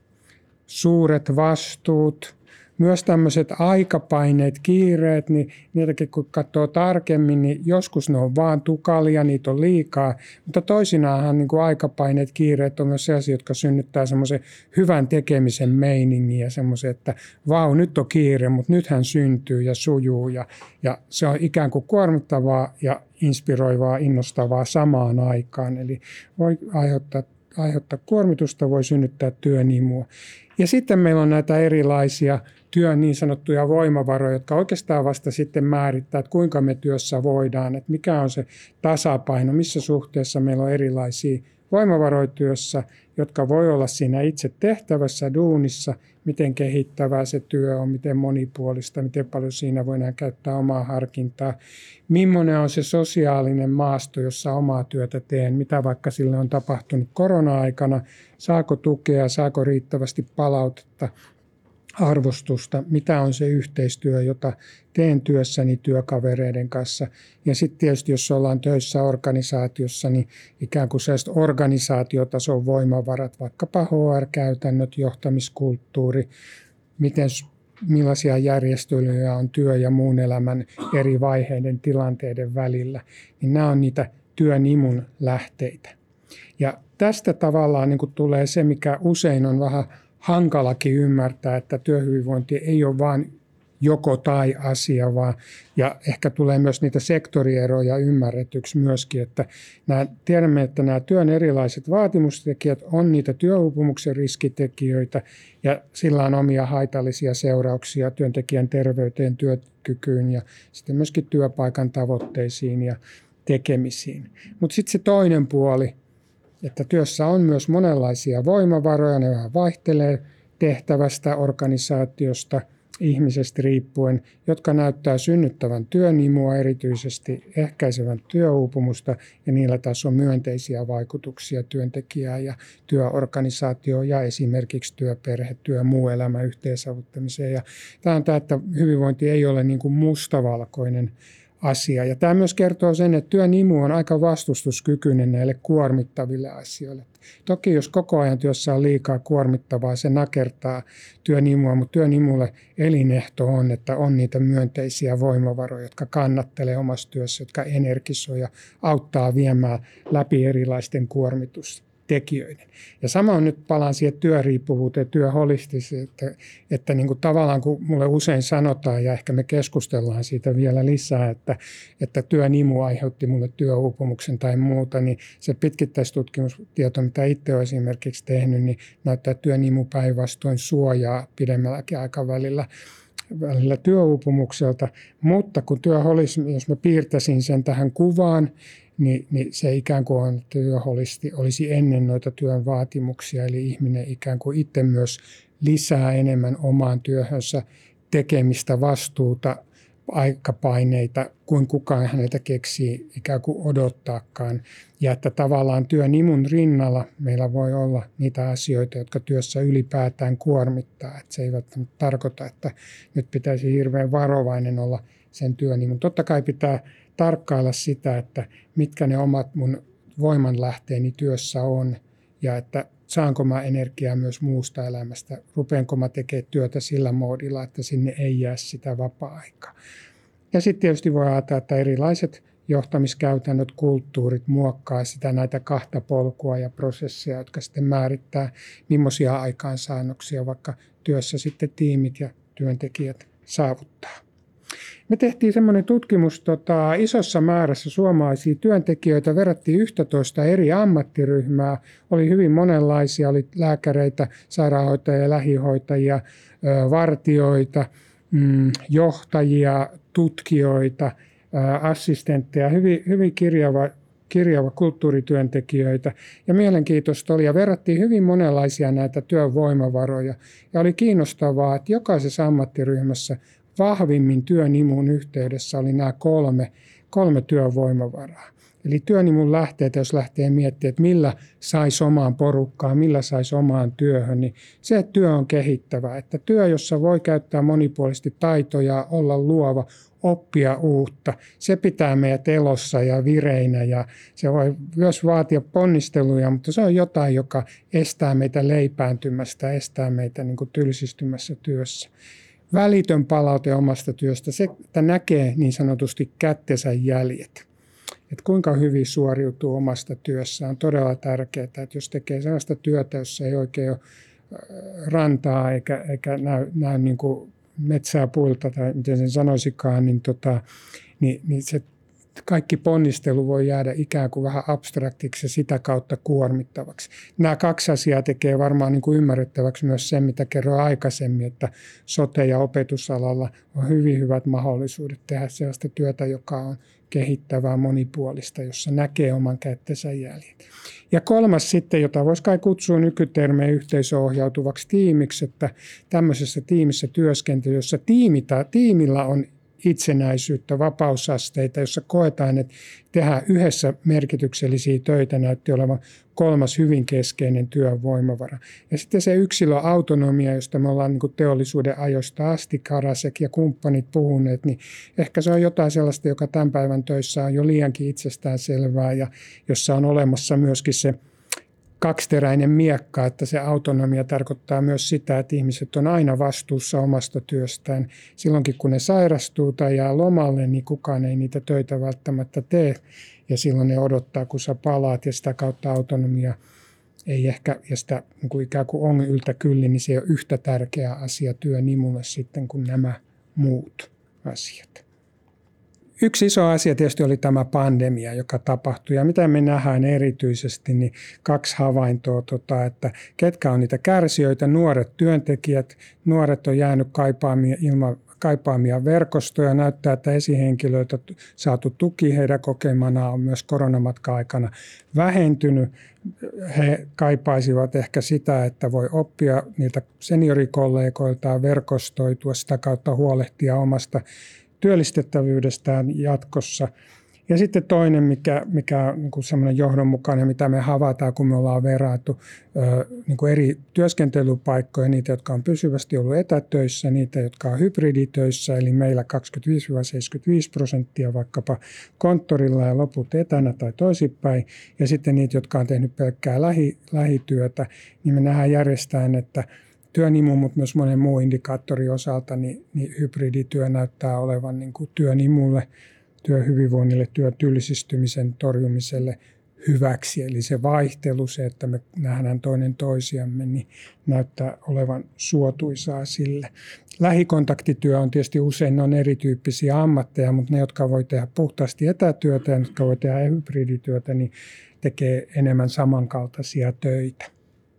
suuret vastuut, myös tämmöiset aikapaineet, kiireet, niin niitäkin kun katsoo tarkemmin, niin joskus ne on vaan tukalia, niitä on liikaa. Mutta toisinaanhan niin kuin aikapaineet, kiireet on myös sellaisia, jotka synnyttää semmoisen hyvän tekemisen meiningin ja semmoisen, että vau, nyt on kiire, mutta nythän syntyy ja sujuu. Ja, ja se on ikään kuin kuormittavaa ja inspiroivaa, innostavaa samaan aikaan. Eli voi aiheuttaa, aiheuttaa kuormitusta, voi synnyttää työnimua. Ja sitten meillä on näitä erilaisia työn niin sanottuja voimavaroja, jotka oikeastaan vasta sitten määrittää, että kuinka me työssä voidaan, että mikä on se tasapaino, missä suhteessa meillä on erilaisia voimavaroja työssä, jotka voi olla siinä itse tehtävässä, duunissa, miten kehittävää se työ on, miten monipuolista, miten paljon siinä voidaan käyttää omaa harkintaa, millainen on se sosiaalinen maasto, jossa omaa työtä teen, mitä vaikka sille on tapahtunut korona-aikana, saako tukea, saako riittävästi palautetta, arvostusta, mitä on se yhteistyö, jota teen työssäni työkavereiden kanssa. Ja sitten tietysti, jos ollaan töissä organisaatiossa, niin ikään kuin sellaiset organisaatiotason voimavarat, vaikkapa H R-käytännöt, johtamiskulttuuri, miten, millaisia järjestelyjä on työ- ja muun elämän eri vaiheiden tilanteiden välillä, niin nämä on niitä työn imun lähteitä. Ja tästä tavallaan niin kuin tulee se, mikä usein on vähän hankalakin ymmärtää, että työhyvinvointi ei ole vain joko tai asia, vaan ja ehkä tulee myös niitä sektorieroja ymmärretyksi myöskin, että nämä, tiedämme, että nämä työn erilaiset vaatimustekijät on niitä työuupumuksen riskitekijöitä ja sillä on omia haitallisia seurauksia työntekijän terveyteen, työkykyyn ja sitten myöskin työpaikan tavoitteisiin ja tekemisiin. Mutta sitten se toinen puoli, että työssä on myös monenlaisia voimavaroja, ne vähän vaihtelee tehtävästä, organisaatiosta, ihmisestä riippuen, jotka näyttää synnyttävän työnimua, erityisesti ehkäisevän työuupumusta ja niillä taas on myönteisiä vaikutuksia työntekijään ja työorganisaatioon ja esimerkiksi työperhe, työ, muu elämä yhteensovittamiseen. Ja tämä on tämä, että hyvinvointi ei ole niin kuin mustavalkoinen asia. Ja tämä myös kertoo sen, että työn imu on aika vastustuskykyinen näille kuormittaville asioille. Toki jos koko ajan työssä on liikaa kuormittavaa, se nakertaa työn imua, mutta työn imulle elinehto on, että on niitä myönteisiä voimavaroja, jotka kannattelee omassa työssä, jotka energisoi ja auttaa viemään läpi erilaisten kuormitustekijöiden. Ja sama on nyt, palaan siihen työriippuvuuteen, työholistiseen, että, että niin kuin tavallaan kun mulle usein sanotaan ja ehkä me keskustellaan siitä vielä lisää, että, että työn imu aiheutti mulle työuupumuksen tai muuta, niin se pitkittäistutkimustieto, mitä itse olen esimerkiksi tehnyt, niin näyttää, että työn imu päinvastoin suojaa pidemmälläkin aikavälillä välillä työuupumukselta, mutta kun työholismi, jos mä piirtäisin sen tähän kuvaan, Niin, niin se ikään kuin on, työholisti olisi ennen noita työn vaatimuksia, eli ihminen ikään kuin itse myös lisää enemmän omaan työhönsä tekemistä, vastuuta, aikapaineita, kuin kukaan häneltä keksii ikään kuin odottaakaan. Ja että tavallaan työn imun rinnalla meillä voi olla niitä asioita, jotka työssä ylipäätään kuormittaa. Että se ei välttämättä tarkoita, että nyt pitäisi hirveän varovainen olla sen työn imun. Totta kai pitää tarkkailla sitä, että mitkä ne omat mun voimanlähteeni työssä on ja että saanko mä energiaa myös muusta elämästä, rupeanko mä tekemään työtä sillä moodilla, että sinne ei jää sitä vapaa-aikaa. Ja sitten tietysti voi ajatella, että erilaiset johtamiskäytännöt, kulttuurit muokkaa sitä näitä kahta polkua ja prosesseja, jotka sitten määrittää, millaisia aikaansaannoksia vaikka työssä sitten tiimit ja työntekijät saavuttaa. Me tehtiin semmoinen tutkimus tota, isossa määrässä suomalaisia työntekijöitä, verrattiin yksitoista eri ammattiryhmää, oli hyvin monenlaisia, oli lääkäreitä, sairaanhoitajia, lähihoitajia, vartijoita, johtajia, tutkijoita, assistentteja, hyvin, hyvin kirjava, kirjava kulttuurityöntekijöitä. Ja mielenkiintoista oli, ja verrattiin hyvin monenlaisia näitä työvoimavaroja. Ja oli kiinnostavaa, että jokaisessa ammattiryhmässä vahvimmin työn imun yhteydessä oli nämä kolme, kolme työvoimavaraa. Eli työn imun lähteet, jos lähtee miettimään, että millä saisi omaan porukkaan, millä saisi omaan työhön, niin se, että työ on kehittävä. Että työ, jossa voi käyttää monipuolisesti taitoja, olla luova, oppia uutta, se pitää meidät elossa ja vireinä ja se voi myös vaatia ponnisteluja, mutta se on jotain, joka estää meitä leipääntymästä, estää meitä niin kuin tylsistymässä työssä. Välitön palaute omasta työstä, se että näkee niin sanotusti kättensä jäljet. Että kuinka hyvin suoriutuu omasta työssä on todella tärkeää, että jos tekee sellaista työtä, jossa ei oikein ole rantaa eikä, eikä näy, näy niin kuin metsää puilta tai miten sen sanoisikaan, niin, tota, niin, niin se kaikki ponnistelu voi jäädä ikään kuin vähän abstraktiksi ja sitä kautta kuormittavaksi. Nämä kaksi asiaa tekee varmaan niin kuin ymmärrettäväksi myös sen, mitä kerroin aikaisemmin, että sote- ja opetusalalla on hyvin hyvät mahdollisuudet tehdä sellaista työtä, joka on kehittävää, monipuolista, jossa näkee oman kättensä jäljet. Ja kolmas sitten, jota voisi kai kutsua nykytermeen yhteisöohjautuvaksi tiimiksi, että tämmöisessä tiimissä työskentely, jossa tiimitä, tiimillä on itsenäisyyttä, vapausasteita, jossa koetaan, että tehdään yhdessä merkityksellisiä töitä, näytti olevan kolmas hyvin keskeinen työvoimavara. Ja sitten se yksilöautonomia, josta me ollaan niin kuin teollisuuden ajoista asti, Karasek ja kumppanit puhuneet, niin ehkä se on jotain sellaista, joka tämän päivän töissä on jo liiankin itsestäänselvää ja jossa on olemassa myöskin se kaksiteräinen miekka, että se autonomia tarkoittaa myös sitä, että ihmiset on aina vastuussa omasta työstään. Silloinkin kun ne sairastuu tai jää lomalle, niin kukaan ei niitä töitä välttämättä tee. Ja silloin ne odottaa, kun sä palaat ja sitä kautta autonomia ei ehkä, ja sitä niin kuin ikään kuin on yltä kyllin, niin se ei ole yhtä tärkeä asia työn imulle sitten kuin nämä muut asiat. Yksi iso asia tietysti oli tämä pandemia, joka tapahtui. Ja mitä me nähdään erityisesti, niin kaksi havaintoa, tota, että ketkä on niitä kärsijöitä, nuoret työntekijät. Nuoret on jäänyt kaipaamia, ilman kaipaamia verkostoja. Näyttää, että esihenkilöitä saatu tuki heidän kokemana on myös koronamatka-aikana vähentynyt. He kaipaisivat ehkä sitä, että voi oppia niiltä seniorikollegoiltaan verkostoitua, sitä kautta huolehtia omasta työllistettävyydestään jatkossa. Ja sitten toinen, mikä, mikä on niin kuin semmoinen johdonmukainen, mitä me havaitaan, kun me ollaan verrattu niin kuin eri työskentelypaikkoja, niitä, jotka on pysyvästi ollut etätöissä, niitä, jotka on hybriditöissä, eli meillä kaksikymmentäviisi seitsemänkymmentäviisi prosenttia vaikkapa konttorilla ja loput etänä tai toisinpäin, ja sitten niitä, jotka on tehnyt pelkkää lähi, lähityötä, niin me nähdään järjestään, että työn imun, mutta myös monen muun indikaattorin osalta, niin, niin hybridityö näyttää olevan niin kuin työn imulle, työhyvinvoinnille, työtylsistymisen torjumiselle hyväksi. Eli se vaihtelu, se, että me nähdään toinen toisiamme, niin näyttää olevan suotuisaa sille. Lähikontaktityö on tietysti usein, ne on erityyppisiä ammatteja, mutta ne, jotka voi tehdä puhtaasti etätyötä ja jotka voi tehdä hybridityötä, niin tekee enemmän samankaltaisia töitä.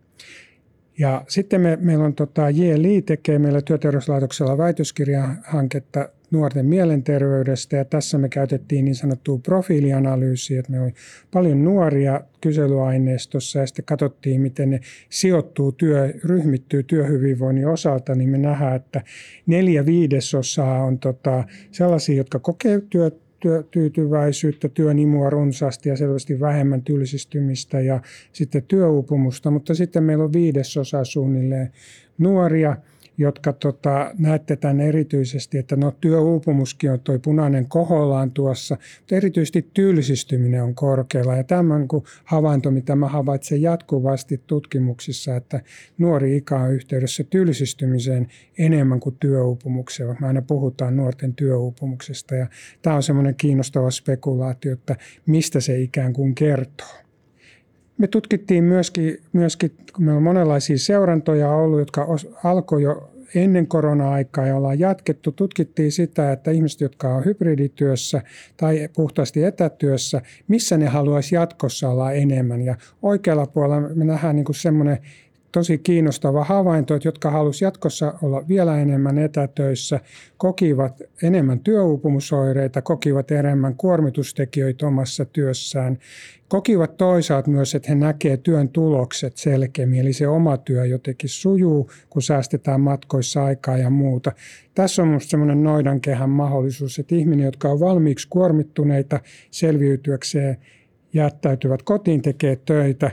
Ja sitten me, meillä on tota, J L I tekee meillä Työterveyslaitoksella väitöskirjahanketta nuorten mielenterveydestä ja tässä me käytettiin niin sanottua profiilianalyysiä, että meillä oli paljon nuoria kyselyaineistossa ja sitten katsottiin, miten ne sijoittuu, työ, ryhmittyy työhyvinvoinnin osalta, niin me nähdään, että neljä viidesosaa on tota, sellaisia, jotka kokee työ, työtyytyväisyyttä, työn imua runsaasti ja selvästi vähemmän tylsistymistä ja sitten työuupumusta, mutta sitten meillä on viidesosa suunnilleen nuoria, jotka tota, näette tämän erityisesti, että no työuupumuskin on tuo punainen kohollaan tuossa, mutta erityisesti tylsistyminen on korkealla. Ja tämä on niin havainto, mitä mä havaitsen jatkuvasti tutkimuksissa, että nuori ikä on yhteydessä tylsistymiseen enemmän kuin työuupumukseen. Me aina puhutaan nuorten työuupumuksesta ja tämä on semmoinen kiinnostava spekulaatio, että mistä se ikään kuin kertoo. Me tutkittiin myöskin, myöskin, kun meillä on monenlaisia seurantoja ollut, jotka alkoi jo ennen korona-aikaa ja ollaan jatkettu, tutkittiin sitä, että ihmiset, jotka on hybridityössä tai puhtaasti etätyössä, missä ne haluaisi jatkossa olla enemmän. Ja oikealla puolella me nähdään niin kuin semmoinen tosi kiinnostava havainto, että jotka halusivat jatkossa olla vielä enemmän etätöissä, kokivat enemmän työuupumusoireita, kokivat enemmän kuormitustekijöitä omassa työssään, kokivat toisaalta myös, että he näkevät työn tulokset selkeämmin, eli se oma työ jotenkin sujuu, kun säästetään matkoissa aikaa ja muuta. Tässä on minusta semmoinen noidankehän mahdollisuus, että ihminen, jotka on valmiiksi kuormittuneita selviytyäkseen, jättäytyvät kotiin, tekee töitä.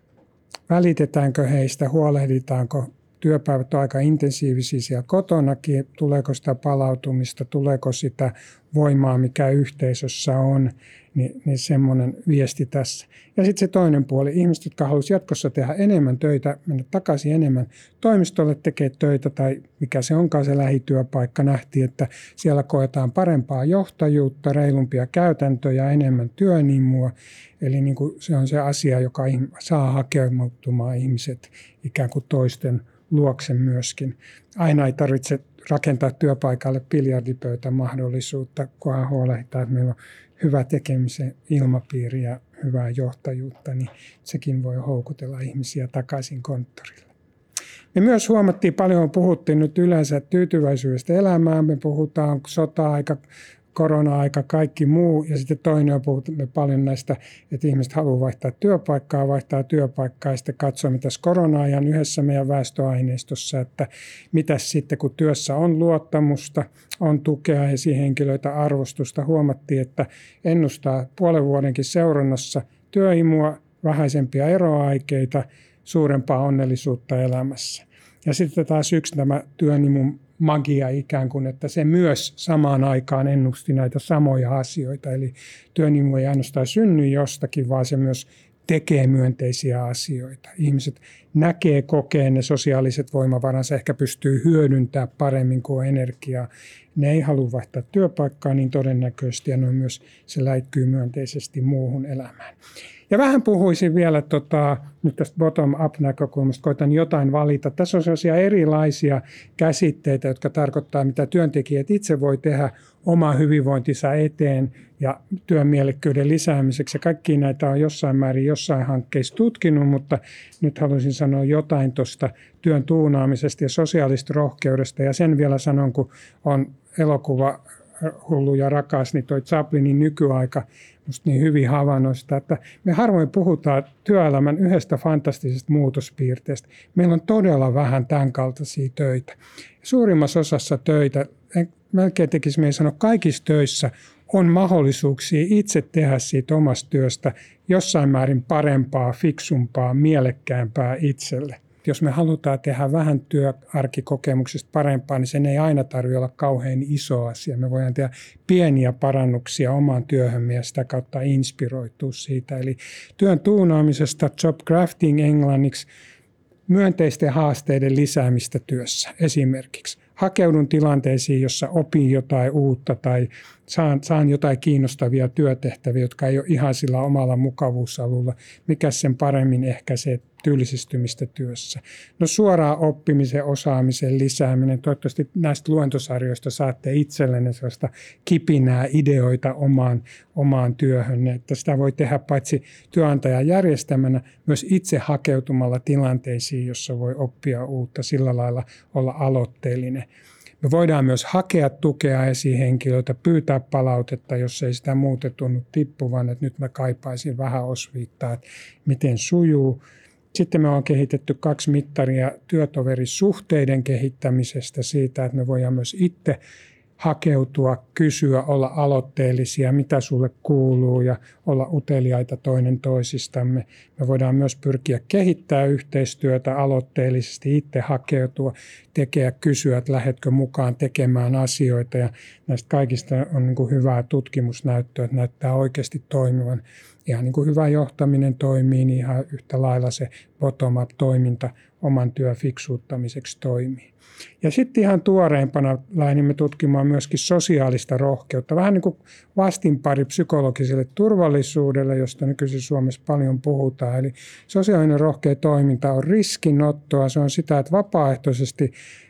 Välitetäänkö heistä, huolehditaanko, työpäivät on aika intensiivisiä siellä kotonakin, tuleeko sitä palautumista, tuleeko sitä voimaa, mikä yhteisössä on, niin, niin semmoinen viesti tässä. Ja sitten se toinen puoli, ihmiset, jotka haluaisivat jatkossa tehdä enemmän töitä, mennä takaisin enemmän toimistolle, tekee töitä tai mikä se onkaan se lähityöpaikka, nähtiin, että siellä koetaan parempaa johtajuutta, reilumpia käytäntöjä, enemmän työnimua. Eli niin kuin se on se asia, joka saa hakeutumaan ihmiset ikään kuin toisten luokse myöskin. Aina ei tarvitse rakentaa työpaikalle biljardipöytän mahdollisuutta, kunhan huolehditaan, että meillä on hyvä tekemisen ilmapiiri ja hyvää johtajuutta, niin sekin voi houkutella ihmisiä takaisin konttorille. Me myös huomattiin, paljon puhuttiin nyt yleensä tyytyväisyydestä elämään, me puhutaan sota-aika, korona-aika, kaikki muu. Ja sitten toinen on puhumme paljon näistä, että ihmiset haluaa vaihtaa työpaikkaa, vaihtaa työpaikkaa ja sitten katsoa, mitäs korona-ajan yhdessä meidän väestöaineistossa, että mitäs sitten, kun työssä on luottamusta, on tukea esihenkilöitä, arvostusta. Huomattiin, että ennustaa puolen vuodenkin seurannassa työimua, vähäisempiä eroaikeita, suurempaa onnellisuutta elämässä. Ja sitten taas yksi tämä työnimun magia ikään kuin, että se myös samaan aikaan ennusti näitä samoja asioita. Eli työnimu ei ainoastaan synny jostakin, vaan se myös tekee myönteisiä asioita. Ihmiset näkee, kokee ne sosiaaliset voimavaransa, ehkä pystyy hyödyntämään paremmin kuin energiaa. Ne ei halua vaihtaa työpaikkaa niin todennäköisesti ja ne myös se läikkyy myönteisesti muuhun elämään. Ja vähän puhuisin vielä tota, nyt tästä bottom-up-näkökulmasta, koitan jotain valita. Tässä on sellaisia erilaisia käsitteitä, jotka tarkoittaa, mitä työntekijät itse voi tehdä oman hyvinvointinsa eteen ja työn mielekkyyden lisäämiseksi. Ja kaikki näitä on jossain määrin jossain hankkeissa tutkinut, mutta nyt haluaisin sanoa jotain tuosta työn tuunaamisesta ja sosiaalista rohkeudesta. Ja sen vielä sanon, kun on elokuva Hullu ja rakas, niin toi Chaplinin nykyaika musta niin hyvin havainnoista, että me harvoin puhutaan työelämän yhdestä fantastisesta muutospiirteestä. Meillä on todella vähän tämän kaltaisia töitä. Suurimmassa osassa töitä, melkein tekisi meidän sanoa, kaikissa töissä on mahdollisuuksia itse tehdä siitä omasta työstä jossain määrin parempaa, fiksumpaa, mielekkäämpää itselle. Jos me halutaan tehdä vähän työarkikokemuksesta parempaa, niin sen ei aina tarvitse olla kauhean iso asia. Me voidaan tehdä pieniä parannuksia omaan työhömme ja sitä kautta inspiroitua siitä. Eli työn tuunaamisesta, job crafting englanniksi, myönteisten haasteiden lisäämistä työssä esimerkiksi. Hakeudun tilanteisiin, jossa opin jotain uutta tai saan, saan jotain kiinnostavia työtehtäviä, jotka ei ole ihan sillä omalla mukavuusalulla. Mikä sen paremmin ehkäisee tylsistymistä työssä. No suoraan oppimisen, osaamisen lisääminen. Toivottavasti näistä luentosarjoista saatte itsellenne sellaista kipinää ideoita omaan, omaan työhönne. Että sitä voi tehdä paitsi työnantajan järjestämänä, myös itse hakeutumalla tilanteisiin, jossa voi oppia uutta, sillä lailla olla aloitteellinen. Me voidaan myös hakea tukea esihenkilöiltä, pyytää palautetta, jos ei sitä muuten tunnu tippuvan, että nyt mä kaipaisin vähän osviittaa, että miten sujuu. Sitten me on kehitetty kaksi mittaria työtoverisuhteiden kehittämisestä siitä, että me voidaan myös itse hakeutua, kysyä, olla aloitteellisia, mitä sulle kuuluu ja olla uteliaita toinen toisistamme. Me voidaan myös pyrkiä kehittämään yhteistyötä aloitteellisesti, itse hakeutua, tekee kysyä, että lähdetkö mukaan tekemään asioita. Ja näistä kaikista on niin kuin hyvää tutkimusnäyttöä, että näyttää oikeasti toimivan. Ihan niin kuin hyvä johtaminen toimii, niin ihan yhtä lailla se bottom-up-toiminta oman työn fiksuuttamiseksi toimii. Ja sitten ihan tuoreempana lähdimme tutkimaan myöskin sosiaalista rohkeutta. Vähän niin kuin vastinpari psykologiselle turvallisuudelle, josta nykyisin Suomessa paljon puhutaan. Eli sosiaalinen rohkea toiminta on riskinottoa. Se on sitä, että vapaaehtoisesti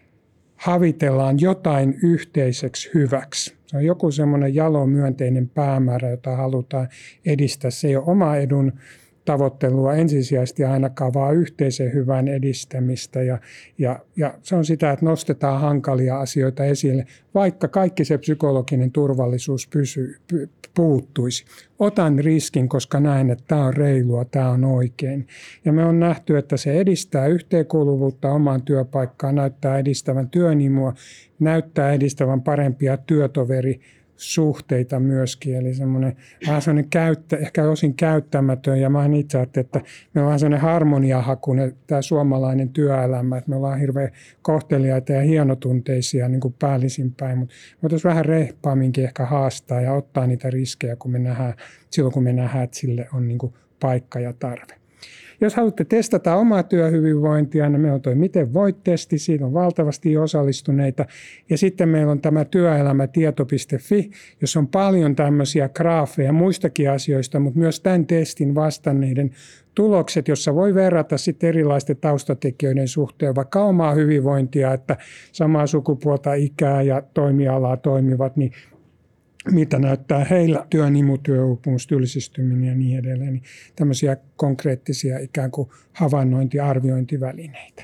havitellaan jotain yhteiseksi hyväksi. Se on joku semmoinen jalo myönteinen päämäärä, jota halutaan edistää. Se ei ole oma edun tavoittelua ensisijaisesti ainakaan, vaan yhteisen hyvän edistämistä. Ja, ja, ja se on sitä, että nostetaan hankalia asioita esille, vaikka kaikki se psykologinen turvallisuus pysyy, puuttuisi. Otan riskin, koska näen, että tämä on reilua, tämä on oikein. Ja me on nähty, että se edistää yhteenkuuluvuutta omaan työpaikkaan, näyttää edistävän työnimua, näyttää edistävän parempia työtoverisuhteita myöskin. Eli semmoinen vähän semmoinen käyttä, ehkä osin käyttämätön, ja mä itse ajattelin, että me on vähän semmoinen harmoniahakuinen tämä suomalainen työelämä, että me ollaan hirveän kohteliaita ja hienotunteisia niin kuin päällisinpäin, mutta voitaisiin vähän reippaamminkin ehkä haastaa ja ottaa niitä riskejä, kun me nähdään, silloin kun me nähdään, että sille on niin kuin paikka ja tarve. Jos haluatte testata omaa työhyvinvointia, niin meillä on tuo Miten voit-testi, siinä on valtavasti osallistuneita. Ja sitten meillä on tämä työelämätieto piste fi, jossa on paljon tämmöisiä graafeja muistakin asioista, mutta myös tämän testin vastanneiden tulokset, jossa voi verrata sitten erilaisten taustatekijöiden suhteen vaikka omaa hyvinvointia, että samaa sukupuolta, ikää ja toimialaa toimivat, niin mitä näyttää heillä, työn imu, työuupumus, tylsistyminen ja niin edelleen, niin tämmöisiä konkreettisia ikään kuin havainnointi- ja arviointivälineitä.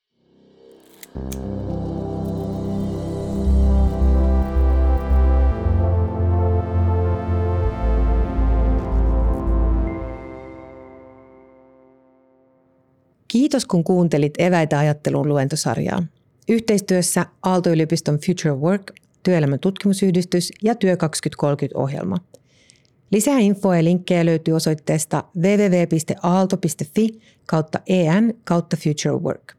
Kiitos kun kuuntelit Eväitä ajatteluun -luentosarjaa. Yhteistyössä Aalto-yliopiston Future Work, Työelämän tutkimusyhdistys ja Työ kaksituhattakolmekymmentä-ohjelma. Lisää infoa ja linkkejä löytyy osoitteesta double-u double-u double-u piste aalto piste fi kautta en kautta Future Work.